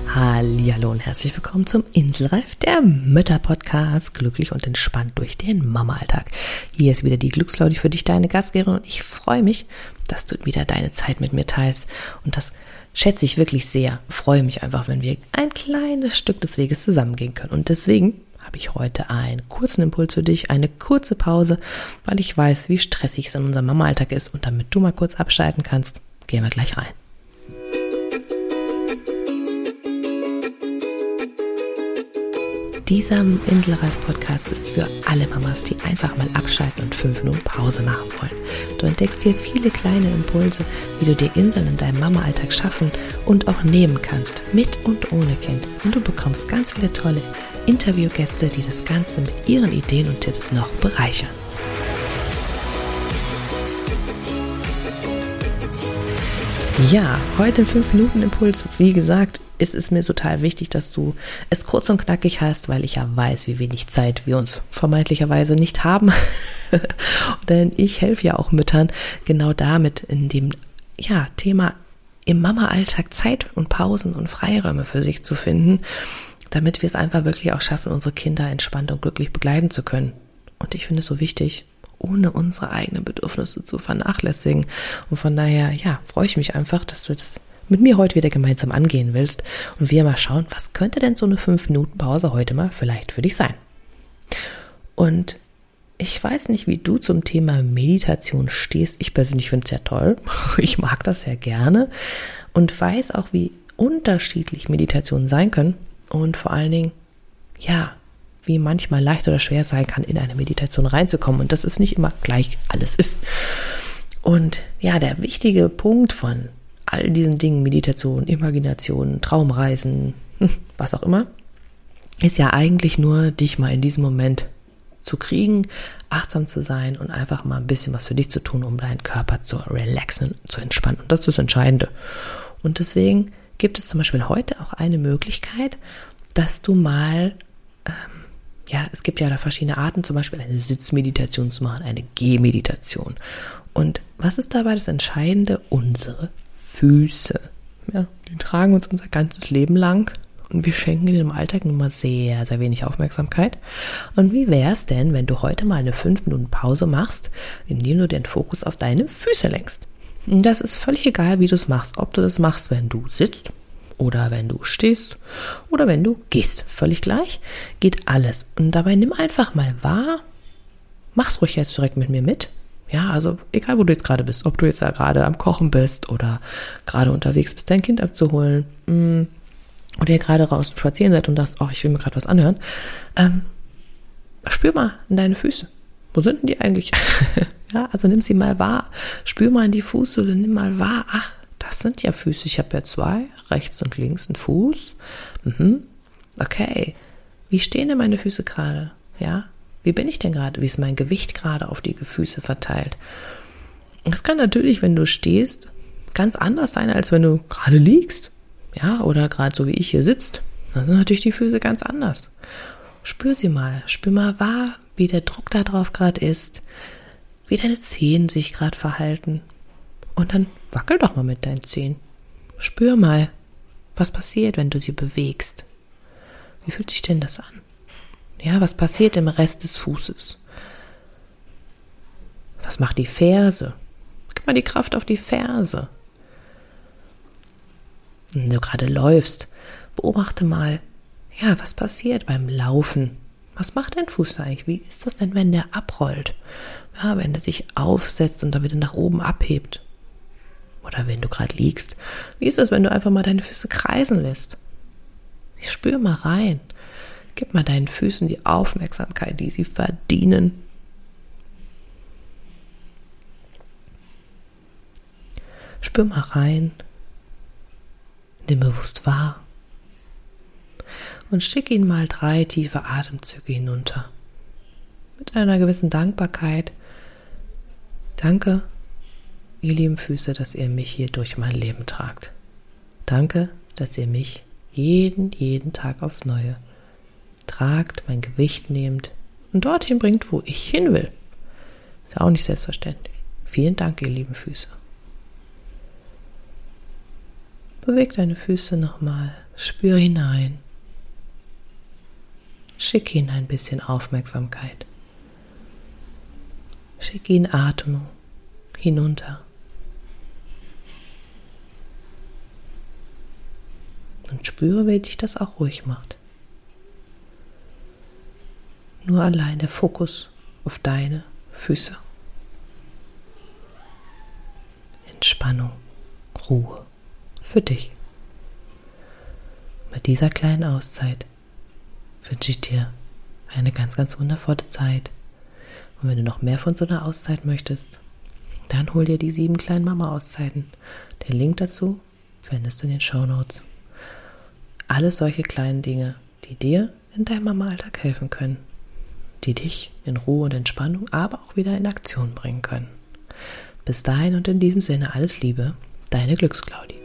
Hallihallo und herzlich willkommen zum Inselreif, der Mütter-Podcast, glücklich und entspannt durch den Mama-Alltag. Hier ist wieder die Glückslaudi für dich, deine Gastgeberin, und ich freue mich, dass du wieder deine Zeit mit mir teilst, und das schätze ich wirklich sehr. Freue mich einfach, wenn wir ein kleines Stück des Weges zusammengehen können, und deswegen habe ich heute einen kurzen Impuls für dich, eine kurze Pause, weil ich weiß, wie stressig es in unserem Mama-Alltag ist, und damit du mal kurz abschalten kannst, gehen wir gleich rein. Dieser Inselreif-Podcast ist für alle Mamas, die einfach mal abschalten und 5 Minuten Pause machen wollen. Du entdeckst hier viele kleine Impulse, wie du dir Inseln in deinem Mama-Alltag schaffen und auch nehmen kannst, mit und ohne Kind. Und du bekommst ganz viele tolle Interviewgäste, die das Ganze mit ihren Ideen und Tipps noch bereichern. Ja, heute 5-Minuten-Impuls. Wie gesagt, ist es mir total wichtig, dass du es kurz und knackig hast, weil ich ja weiß, wie wenig Zeit wir uns vermeintlicherweise nicht haben. Denn ich helfe ja auch Müttern genau damit, in dem Thema im Mama-Alltag Zeit und Pausen und Freiräume für sich zu finden, damit wir es einfach wirklich auch schaffen, unsere Kinder entspannt und glücklich begleiten zu können. Und ich finde es so wichtig, ohne unsere eigenen Bedürfnisse zu vernachlässigen. Und von daher, freue ich mich einfach, dass du das mit mir heute wieder gemeinsam angehen willst und wir mal schauen, was könnte denn so eine 5-Minuten-Pause heute mal vielleicht für dich sein. Und ich weiß nicht, wie du zum Thema Meditation stehst. Ich persönlich finde es ja toll. Ich mag das sehr gerne und weiß auch, wie unterschiedlich Meditationen sein können und vor allen Dingen, wie manchmal leicht oder schwer sein kann, in eine Meditation reinzukommen, und dass es nicht immer gleich alles ist. Und der wichtige Punkt von all diesen Dingen, Meditation, Imagination, Traumreisen, was auch immer, ist ja eigentlich nur, dich mal in diesem Moment zu kriegen, achtsam zu sein und einfach mal ein bisschen was für dich zu tun, um deinen Körper zu relaxen, zu entspannen. Und das ist das Entscheidende. Und deswegen gibt es zum Beispiel heute auch eine Möglichkeit, dass du mal es gibt ja da verschiedene Arten, zum Beispiel eine Sitzmeditation zu machen, eine Gehmeditation. Und was ist dabei das Entscheidende? Unsere Füße. Ja, die tragen uns unser ganzes Leben lang und wir schenken ihnen im Alltag immer sehr, sehr wenig Aufmerksamkeit. Und wie wäre es denn, wenn du heute mal eine 5-Minuten-Pause machst, indem du den Fokus auf deine Füße lenkst? Und das ist völlig egal, wie du es machst. Ob du das machst, wenn du sitzt, oder wenn du stehst oder wenn du gehst. Völlig gleich, geht alles. Und dabei nimm einfach mal wahr, mach's ruhig jetzt direkt mit mir mit. Ja, also egal, wo du jetzt gerade bist, ob du jetzt da gerade am Kochen bist oder gerade unterwegs bist, dein Kind abzuholen, oder ihr gerade raus spazieren seid und dachtest, ich will mir gerade was anhören. Spür mal in deine Füße. Wo sind denn die eigentlich? Also nimm sie mal wahr. Spür mal in die Fußsohle, nimm mal wahr. Ach, das sind ja Füße. Ich habe ja 2, rechts und links einen Fuß. Okay. Wie stehen denn meine Füße gerade? Ja? Wie bin ich denn gerade? Wie ist mein Gewicht gerade auf die Füße verteilt? Das kann natürlich, wenn du stehst, ganz anders sein, als wenn du gerade liegst. Ja, oder gerade so wie ich hier sitzt. Dann sind natürlich die Füße ganz anders. Spür sie mal. Spür mal wahr, wie der Druck da drauf gerade ist, wie deine Zehen sich gerade verhalten. Und dann wackel doch mal mit deinen Zehen. Spür mal, was passiert, wenn du sie bewegst. Wie fühlt sich denn das an? Ja, was passiert im Rest des Fußes? Was macht die Ferse? Gib mal die Kraft auf die Ferse. Wenn du gerade läufst, beobachte mal, was passiert beim Laufen? Was macht dein Fuß da eigentlich? Wie ist das denn, wenn der abrollt? Ja, wenn der sich aufsetzt und dann wieder nach oben abhebt. Oder wenn du gerade liegst. Wie ist das, wenn du einfach mal deine Füße kreisen lässt? Spür mal rein. Gib mal deinen Füßen die Aufmerksamkeit, die sie verdienen. Spür mal rein. Nimm bewusst wahr. Und schick ihnen mal 3 tiefe Atemzüge hinunter. Mit einer gewissen Dankbarkeit. Danke, ihr lieben Füße, dass ihr mich hier durch mein Leben tragt. Danke, dass ihr mich jeden Tag aufs Neue tragt, mein Gewicht nehmt und dorthin bringt, wo ich hin will. Ist ja auch nicht selbstverständlich. Vielen Dank, ihr lieben Füße. Beweg deine Füße nochmal. Spür hinein. Schick ihnen ein bisschen Aufmerksamkeit. Schick ihnen Atmung hinunter. Und spüre, wie dich das auch ruhig macht. Nur allein der Fokus auf deine Füße. Entspannung, Ruhe für dich. Mit dieser kleinen Auszeit wünsche ich dir eine ganz, ganz wundervolle Zeit. Und wenn du noch mehr von so einer Auszeit möchtest, dann hol dir die 7 kleinen Mama-Auszeiten. Den Link dazu findest du in den Shownotes. Alles solche kleinen Dinge, die dir in deinem Mama-Alltag helfen können, die dich in Ruhe und Entspannung, aber auch wieder in Aktion bringen können. Bis dahin und in diesem Sinne alles Liebe, deine Glücksclaudi.